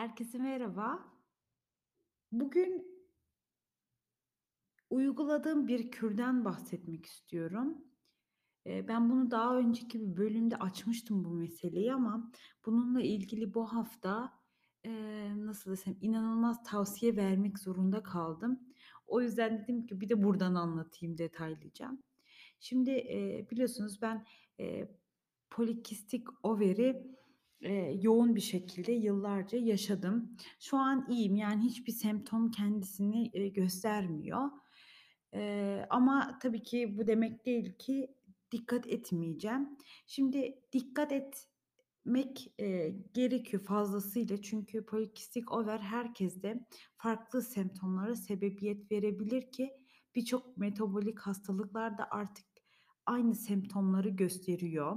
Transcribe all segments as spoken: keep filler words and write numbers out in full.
Herkese merhaba. Bugün uyguladığım bir kürden bahsetmek istiyorum. Eee, ben bunu daha önceki bir bölümde açmıştım bu meseleyi ama bununla ilgili bu hafta, eee, nasıl desem, inanılmaz tavsiye vermek zorunda kaldım. O yüzden dedim ki bir de buradan anlatayım detaylıca. Şimdi, eee, biliyorsunuz ben, eee, polikistik overi, eee, yoğun bir şekilde yıllarca yaşadım. Şu an iyiyim, yani hiçbir semptom kendisini, eee, göstermiyor. Eee, ama tabii ki bu demek değil ki dikkat etmeyeceğim. Şimdi dikkat etmek, eee, gerekiyor fazlasıyla çünkü polikistik over herkeste farklı semptomlara sebebiyet verebilir ki birçok metabolik hastalıklar da artık aynı semptomları gösteriyor.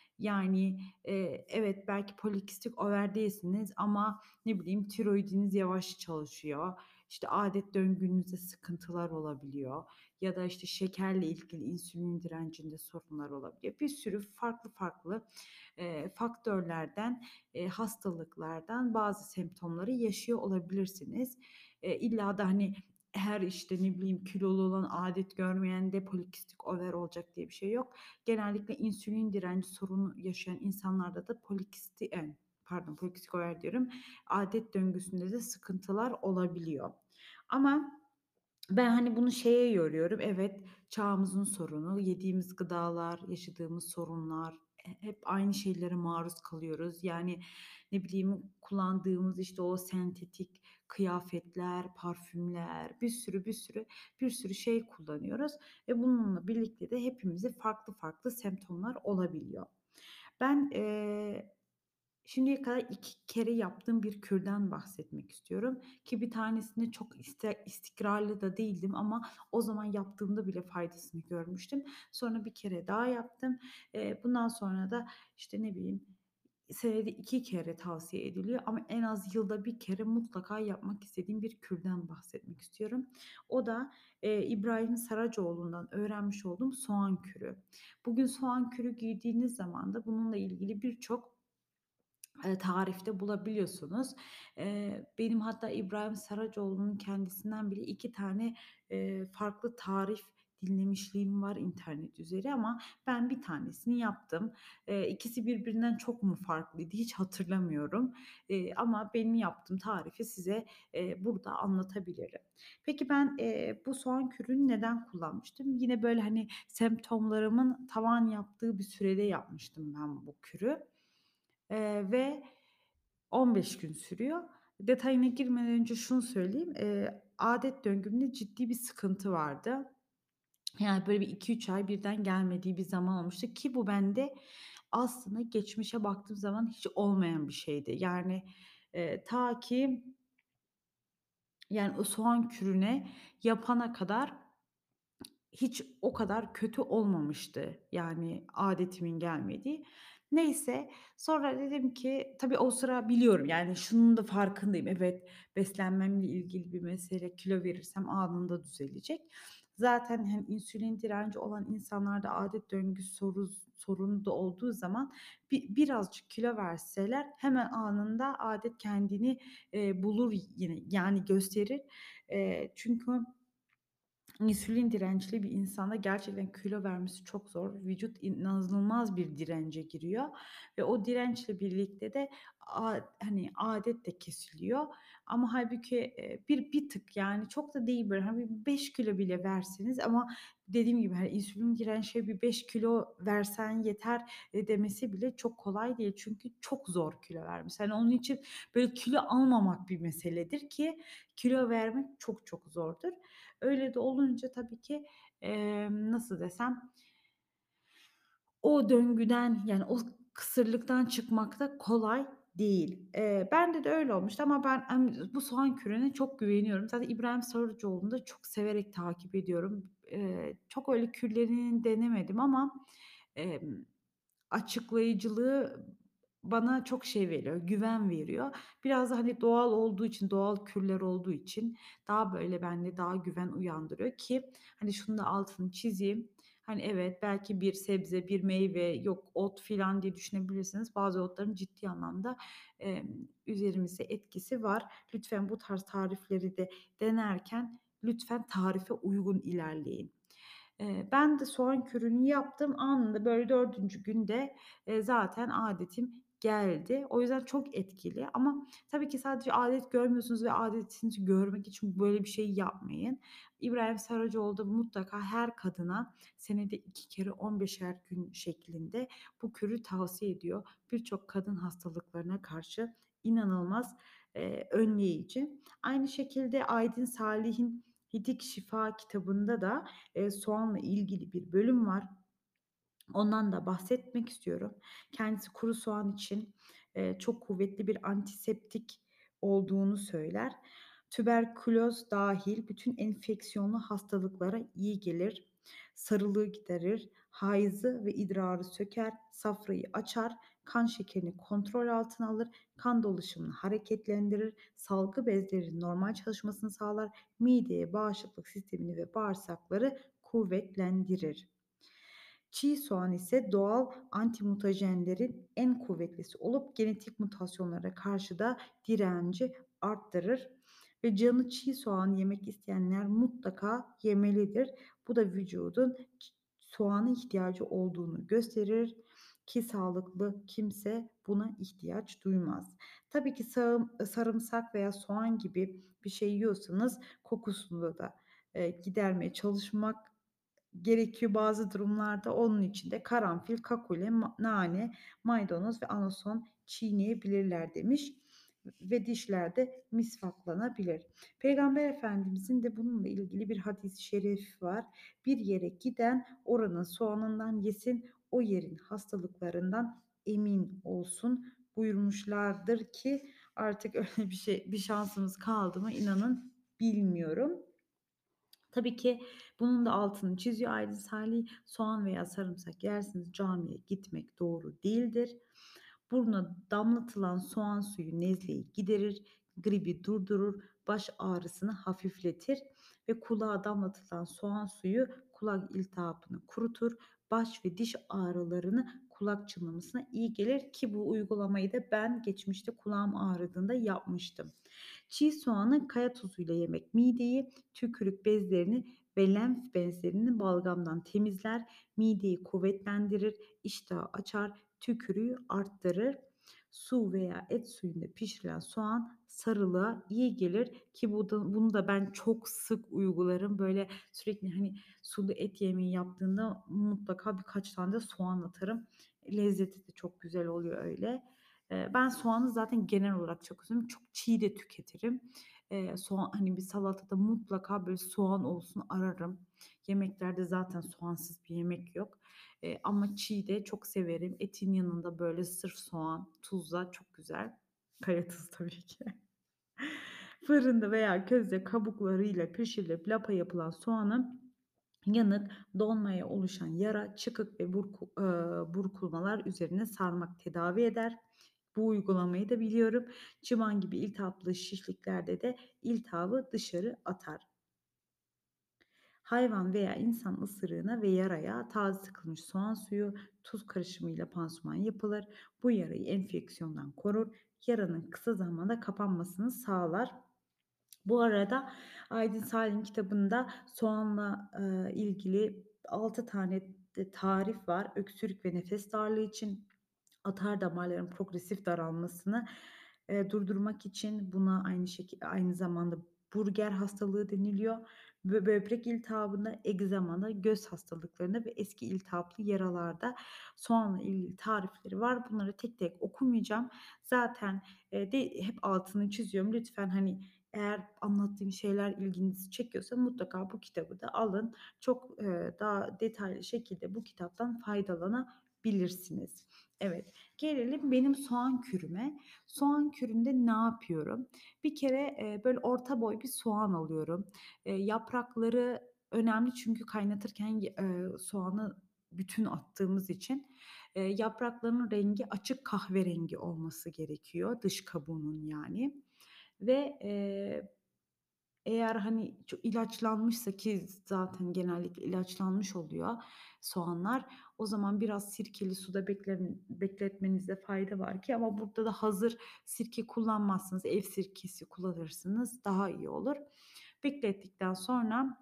Yani, eee, evet, belki polikistik over değilsiniz ama ne bileyim tiroidiniz yavaş çalışıyor, işte, adet döngünüzde sıkıntılar olabiliyor ya da, işte, şekerle ilgili insülin direncinde sorunlar olabiliyor. Bir sürü farklı farklı, eee, faktörlerden, eee, hastalıklardan bazı semptomları yaşıyor olabilirsiniz. Eee, illa da, hani, her, işte, ne bileyim, kilolu olan, adet görmeyen de polikistik over olacak diye bir şey yok. Genellikle insülin direnci sorunu yaşayan insanlarda da polikisti eee, pardon polikistik over diyorum, adet döngüsünde de sıkıntılar olabiliyor. Ama ben, hani, bunu şeye yoruyorum. Evet, çağımızın sorunu, yediğimiz gıdalar, yaşadığımız sorunlar, he hep aynı şeylere maruz kalıyoruz. Yani, ne bileyim, kullandığımız, işte, o sentetik kıyafetler, parfümler, bir sürü, bir sürü, bir sürü şey kullanıyoruz ve bununla birlikte de hepimizde farklı farklı semptomlar olabiliyor. Ben, eee Şimdiye kadar iki kere yaptığım bir kürden bahsetmek istiyorum ki bir tanesinde çok iste istikrarlı da değildim ama o zaman yaptığımda bile faydasını görmüştüm. Sonra bir kere daha yaptım. Eee, bundan sonra da, işte, ne bileyim, senede iki kere tavsiye ediliyor ama en az yılda bir kere mutlaka yapmak istediğim bir kürden bahsetmek istiyorum. O da, eee, İbrahim Saracoğlu'ndan öğrenmiş olduğum soğan kürü. Bugün soğan kürü giydiğiniz zaman da bununla ilgili birçok Eee, tarifte bulabiliyorsunuz. Eee, benim hatta İbrahim Saracoğlu'nun kendisinden bile iki tane, eee, farklı tarif dinlemişliğim var internet üzeri ama ben bir tanesini yaptım. Eee, ikisi birbirinden çok mu farklıydı hiç hatırlamıyorum, eee, ama benim yaptığım tarifi size, eee, burada anlatabilirim. Peki ben, eee, bu soğan kürünü neden kullanmıştım? Yine böyle, hani, semptomlarımın tavan yaptığı bir sürede yapmıştım ben bu kürü. Eee, ve on beş gün sürüyor. Detayına girmeden önce şunu söyleyeyim, eee, adet döngümde ciddi bir sıkıntı vardı. Yani, böyle bir iki üç ay birden gelmediği bir zaman olmuştu ki bu bende aslında geçmişe baktığım zaman hiç olmayan bir şeydi. Yani, eee, ta ki, yani, o soğan kürüne yapana kadar hiç o kadar kötü olmamıştı, yani, adetimin gelmediği. Neyse, sonra dedim ki tabii o sıra biliyorum, yani, şunun da farkındayım. Evet, beslenmemle ilgili bir mesele, kilo verirsem anında düzelecek. Zaten hem insülin direnci olan insanlarda adet döngüsü soruz sorunu da olduğu zaman bi birazcık kilo verseler hemen anında adet kendini, eee, bulur yine, yani, gösterir. Eee, çünkü İnsülin dirençli bir insanda gerçekten kilo vermesi çok zor. Vücut inanılmaz bir dirence giriyor ve o dirençle birlikte de a hani, âdet de kesiliyor ama hâlbuki, eee, bir bir tık, yani, çok da değil böyle, hani, bir beş kilo bile verseniz ama dediğim gibi, hani, insülin dirençli bir beş kilo versen yeter, eee, demesi bile çok kolay değil. Çünkü çok zor kilo vermesi. Hani, onun için böyle kilo almamak bir meseledir ki kilo vermek çok çok zordur. Öyle de olunca tabii ki, emm, nasıl desem, o döngüden, yani, o kısırlıktan çıkmak da kolay değil. Eee, bende de öyle olmuştu ama ben, emm, bu soğan kürüne çok güveniyorum. Zaten İbrahim Sarıcıoğlu'nu da çok severek takip ediyorum. Eee, çok öyle kürlerini denemedim ama, emm, açıklayıcılığı bana çok şey veriyor, güven veriyor. Biraz da, hani, doğal olduğu için, doğal kürler olduğu için daha böyle bende daha güven uyandırıyor ki, hani, şunun da altını çizeyim. Hani, evet, belki bir sebze, bir meyve, yok ot filan diye düşünebilirsiniz. Bazı otların ciddi anlamda, emm, üzerimize etkisi var. Lütfen bu tarz tarifleri de denerken lütfen tarife uygun ilerleyin. Eee, ben de soğan kürünü yaptım. Anında böyle dördüncü günde, eee, zaten adetim geldi. O yüzden çok etkili ama tabii ki sadece adet görmüyorsunuz ve adetinizi görmek için böyle bir şey yapmayın. İbrahim Saracoğlu da mutlaka her kadına senede iki kere on beşer gün şeklinde bu kürü tavsiye ediyor. Birçok kadın hastalıklarına karşı inanılmaz, eee, önleyici. Aynı şekilde Aydın Salih'in Hidik Şifa kitabında da, eee, soğanla ilgili bir bölüm var. Ondan da bahsetmek istiyorum. Kendisi kuru soğan için, eee, çok kuvvetli bir antiseptik olduğunu söyler. Tüberküloz dâhil bütün enfeksiyonlu hastalıklara iyi gelir. Sarılığı giderir, hayızı ve idrarı söker, safrayı açar, kan şekerini kontrol altına alır, kan dolaşımını hareketlendirir, salgı bezlerinin normal çalışmasını sağlar, mideye, bağışıklık sistemini ve bağırsakları kuvvetlendirir. Çiğ soğan ise doğal antimutajenlerin en kuvvetlisi olup genetik mutasyonlara karşı da direnci arttırır ve canı çiğ soğan yemek isteyenler mutlaka yemelidir. Bu da vücudun ç soğana ihtiyacı olduğunu gösterir ki sağlıklı kimse buna ihtiyaç duymaz. Tabii ki sağım sarımsak veya soğan gibi bir şey yiyorsanız kokusunu da, eee, gidermeye çalışmak gerekiyor bazı durumlarda. Onun için de karanfil, kakule, ma nane, maydanoz ve anason çiğneyebilirler demiş ve dişler de misvaklanabilir. Peygamber Efendimizin de bununla ilgili bir hadis-i şerifi var. "Bir yere giden oranın soğanından yesin, o yerin hastalıklarından emin olsun." buyurmuşlardır ki artık öyle bir şey bir şansımız kaldı mı inanın bilmiyorum. Tabii ki bunun da altını çiziyor Aydın Salih. Soğan veya sarımsak yerseniz camiye gitmek doğru değildir. Buruna damlatılan soğan suyu nezleyi giderir, gribi durdurur, baş ağrısını hafifletir ve kulağa damlatılan soğan suyu kulak iltihabını kurutur, baş ve diş ağrılarını, kulak çınlamasına iyi gelir ki bu uygulamayı da ben geçmişte kulağım ağrıdığında yapmıştım. Çiğ soğanı kaya tuzuyla yemek mideyi, tükürük bezlerini ve lenf bezlerini balgamdan temizler, mideyi kuvvetlendirir, iştahı açar, tükürüğü arttırır. Su veya et suyunda pişirilen soğan sarılığa iyi gelir ki bu da bunu da ben çok sık uygularım. Böyle sürekli, hani, sulu et yemeği yaptığında mutlaka birkaç tane de soğan atarım. Lezzeti de çok güzel oluyor öyle. Eee, ben soğanı zaten genel olarak çok seviyorum. Çok çiğ de tüketirim. Eee, soğan, hani, bir salatada mutlaka böyle soğan olsun ararım. Yemeklerde zaten soğansız bir yemek yok. Eee, ama çiğ de çok severim. Etin yanında böyle sırf soğan, tuzla çok güzel. Kaya tuzu tabii ki. Fırında veya közde kabuklarıyla pişirilip lapa yapılan soğanın yanık, donmaya oluşan yara, çıkık ve burku eee, burkulmalar üzerine sarmak tedavi eder. Bu uygulamayı da biliyorum. Çıban gibi iltihaplı şişliklerde de iltihabı dışarı atar. Hayvan veya insan ısırığına ve yaraya taze sıkılmış soğan suyu, tuz karışımıyla pansuman yapılır. Bu yarayı enfeksiyondan korur. Yaranın kısa zamanda kapanmasını sağlar. Bu arada Aydın Salih'in kitabında soğanla, eee, ilgili altı tane de tarif var. Öksürük ve nefes darlığı için, atar damarların progresif daralmasını, eee, durdurmak için buna aynı şeki aynı zamanda burger hastalığı deniliyor. Bö böbrek iltihabında, egzamada, göz hastalıklarında ve eski iltihaplı yaralarda soğanla ilgili tarifleri var. Bunları tek tek okumayacağım. Zaten, eee, de hep altını çiziyorum. Lütfen, hani, eğer anlattığım şeyler ilginizi çekiyorsa mutlaka bu kitabı da alın. Çok, eee, daha detaylı şekilde bu kitaptan faydalanabilirsiniz. Evet, gelelim benim soğan kürüme. Soğan küründe ne yapıyorum? Bir kere, eee, böyle orta boy bir soğan alıyorum. Eee, yaprakları önemli çünkü kaynatırken y eee, soğanı bütün attığımız için, eee, yapraklarının rengi açık kahverengi olması gerekiyor, dış kabuğunun yani ve, eee Eğer, hani, çok ilaçlanmışsa ki zaten genellikle ilaçlanmış oluyor soğanlar, o zaman biraz sirkeli suda beklerin bekletmenizde fayda var ki ama burada da hazır sirke kullanmazsınız, ev sirkesi kullanırsınız, daha iyi olur. Beklettikten sonra,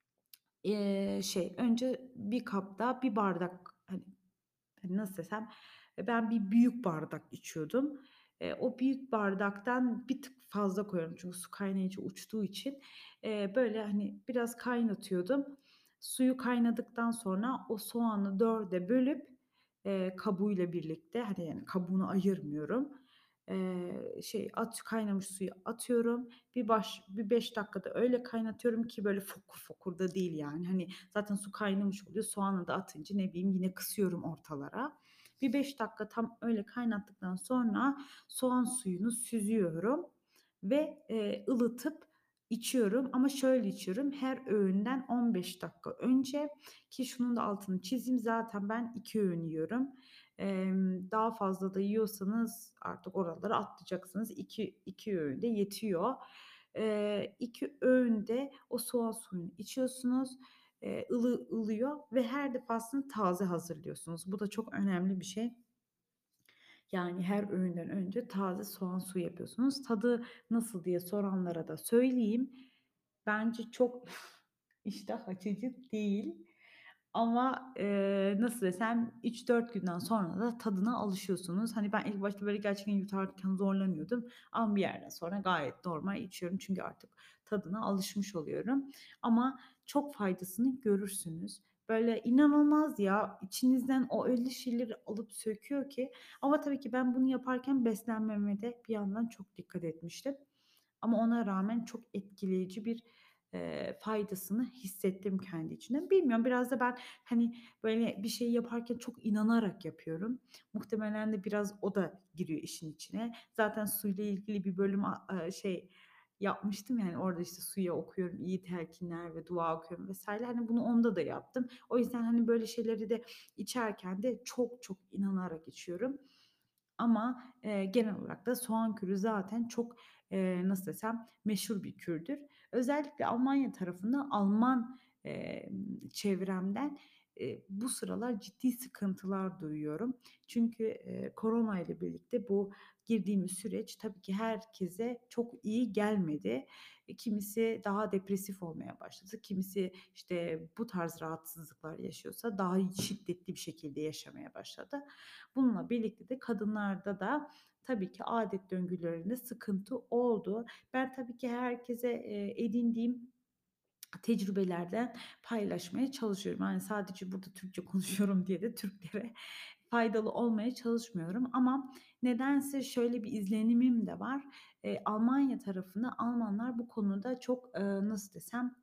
eee, şey, önce bir kapta bir bardak, hani, hani, nasıl desem, eee, ben bir büyük bardak içiyordum. Eee, o büyük bardaktan bir tık fazla koyuyorum çünkü su kaynayınca uçtuğu için. Eee, böyle, hani, biraz kaynatıyordum. Suyu kaynadıktan sonra o soğanı dörde bölüp, eee, kabuğuyla birlikte, hani, yani, kabuğunu ayırmıyorum. Eee, şey, at kaynamış suyu atıyorum. Bir baş bir beş dakika da öyle kaynatıyorum ki böyle fokur fokur da değil yani. Hani, zaten su kaynamış oluyor. Soğanı da atınca ne bileyim yine kısıyorum ortalara. Bir beş dakika tam öyle kaynattıktan sonra soğan suyunu süzüyorum ve, eee, ılıtıp içiyorum ama şöyle içiyorum, her öğünden on beş dakika önce ki şunun da altını çizeyim, zaten ben iki öğün yiyorum. Emm, daha fazla da yiyorsanız artık oraları atlayacaksınız. İki iki öğün de yetiyor. Eee, iki öğün o soğan suyunu içiyorsunuz. Eee, ılı ılıyor ve her defasında taze hazırlıyorsunuz. Bu da çok önemli bir şey. Yani her öğünden önce taze soğan suyu yapıyorsunuz. Tadı nasıl diye soranlara da söyleyeyim. Bence çok iştah açıcı değil ama, eee, nasıl desem üç dört günden sonra da tadına alışıyorsunuz. Hani, ben ilk başta böyle gerçekten yutarken zorlanıyordum ama bir yerden sonra gayet normal içiyorum çünkü artık tadına alışmış oluyorum ama çok faydasını görürsünüz. Böyle inanılmaz ya, içinizden o öyle şeyleri alıp söküyor ki ama tabii ki ben bunu yaparken beslenmeme de bir yandan çok dikkat etmiştim. Ama ona rağmen çok etkileyici bir, eee, faydasını hissettim kendi içimde. Bilmiyorum, biraz da ben, hani, böyle bir şey yaparken çok inanarak yapıyorum. Muhtemelen de biraz o da giriyor işin içine. Zaten suyla ilgili bir bölüm a aaa, şey yapmıştım yani orada, işte, suya okuyorum, iyi telkinler ve dua okuyorum vesaire. Hani, bunu onda da yaptım. O yüzden, hani, böyle şeyleri de içerken de çok çok inanarak içiyorum. Ama, eee, genel olarak da soğan kürü zaten çok, eee, nasıl desem, meşhur bir kürdür. Özellikle Almanya tarafında Alman, emm, çevremden, eee, bu sıralar ciddi sıkıntılar duyuyorum. Çünkü, eee, korona ile birlikte bu girdiğimiz süreç tabii ki herkese çok iyi gelmedi. E, kimisi daha depresif olmaya başladı. Kimisi, işte, bu tarz rahatsızlıklar yaşıyorsa daha şiddetli bir şekilde yaşamaya başladı. Bununla birlikte de kadınlarda da tabii ki adet döngülerinde sıkıntı oldu. Ben tabii ki herkese, eee, edindiğim tecrübelerden paylaşmaya çalışıyorum. Yani sadece burada Türkçe konuşuyorum diye de Türklere faydalı olmaya çalışmıyorum ama nedense şöyle bir izlenimim de var. Eee, Almanya tarafında Almanlar bu konuda çok, eee, nasıl desem,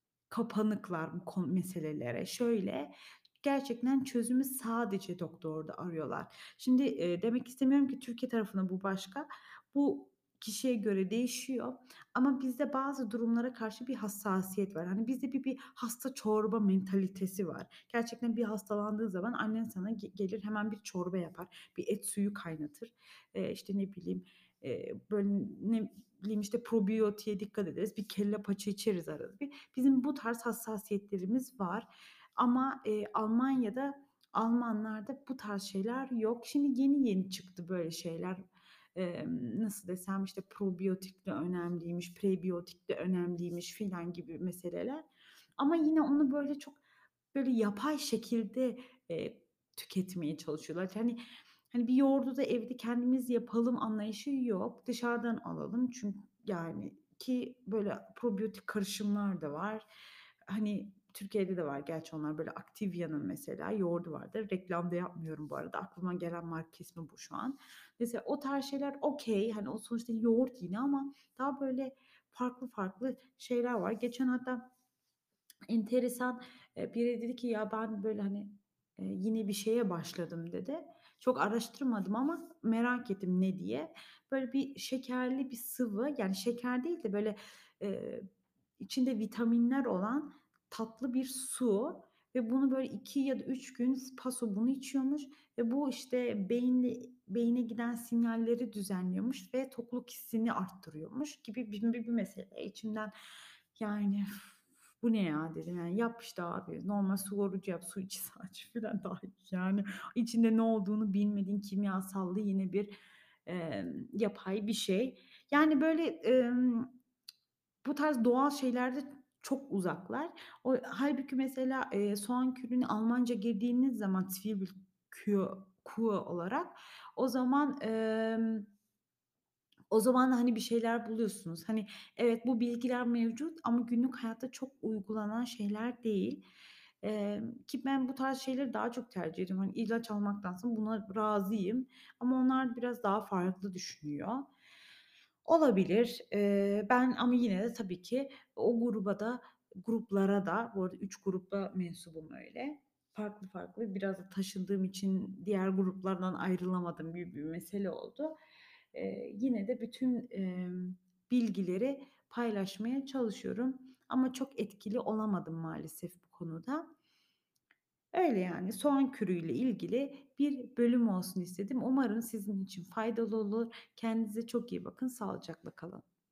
kapanıklar bu konu meselelere. Şöyle, gerçekten çözümü sadece doktorda arıyorlar. Şimdi, eee, demek istemiyorum ki Türkiye tarafında bu başka. Bu kişiye göre değişiyor ama bizde bazı durumlara karşı bir hassasiyet var. Hani, bizde bir bir hasta çorba mentalitesi var. Gerçekten bir hastalandığın zaman annen sana ge gelir hemen bir çorba yapar. Bir et suyu kaynatır. Eee, işte, ne bileyim, eee, böyle, ne bileyim, işte, probiyotiğe dikkat ederiz. Bir kelle paça içeriz arada bir. Bizim bu tarz hassasiyetlerimiz var ama, eee, Almanya'da, Almanlarda bu tarz şeyler yok. Şimdi yeni yeni çıktı böyle şeyler. Emm, nasıl desem, işte, probiyotik de önemliymiş, prebiyotik de önemliymiş filan gibi meseleler ama yine onu böyle çok, böyle, yapay şekilde, eee, tüketmeye çalışıyorlar. Hani hani, bir yoğurdu da evde kendimiz yapalım anlayışı yok. Dışarıdan alalım çünkü yani ki böyle probiyotik karışımlar da var. Hani, Türkiye'de de var gerçi onlar, böyle Activia'nın mesela yoğurdu vardır. Reklam da yapmıyorum bu arada. Aklıma gelen marka ismi bu şu an. Mesela o tarz şeyler okay. Hani, o sonuçta yoğurt yine ama daha böyle farklı farklı şeyler var. Geçen hatta enteresan, eee, biri dedi ki, "Ya, ben, böyle, hani, eee, yeni bir şeye başladım." dedi. Çok araştırmadım ama merak ettim ne diye. Böyle bir şekerli bir sıvı, yani şeker değil de böyle, eee, içinde vitaminler olan tatlı bir su ve bunu böyle iki ya da üç gün paso bunu içiyormuş ve bu, işte, beyni beyne giden sinyalleri düzenliyormuş ve tokluk hissini arttırıyormuş gibi bir bir bir mesele. İçimden Yani, üf, "Bu ne ya?" dedim. Yani, "Yap işte abi, normal su orucu yap, su iç sadece." filan daha iyi yani. İçinde ne olduğunu bilmediğin kimyasallı yine bir, emm, yapay bir şey. Yani, böyle, emm, bu tarz doğal şeylerde çok uzaklar. O hâlbuki mesela, eee, soğan kürünü Almanca girdiğiniz zaman Zwiebelkühe Kuhe olarak o zaman, emm o zaman, hani, bir şeyler buluyorsunuz. Hani, evet, bu bilgiler mevcut ama günlük hayatta çok uygulanan şeyler değil. Emm, ki ben bu tarz şeyleri daha çok tercih ediyorum. Hani, ilaç almaktansa buna razıyım ama onlar biraz daha farklı düşünüyor. Olabilir. Eee, ben ama yine de tabii ki o gruba da gruplara da bu arada üç gruba mensubum öyle. Farklı farklı biraz da taşındığım için diğer gruplardan ayrılamadığım bir bir mesele oldu. Eee, yine de bütün, emm, bilgileri paylaşmaya çalışıyorum ama çok etkili olamadım maalesef bu konuda. Öyle yani, soğan kürüyle ilgili bir bölüm olsun istedim. Umarım sizin için faydalı olur. Kendinize çok iyi bakın, sağlıcakla kalın.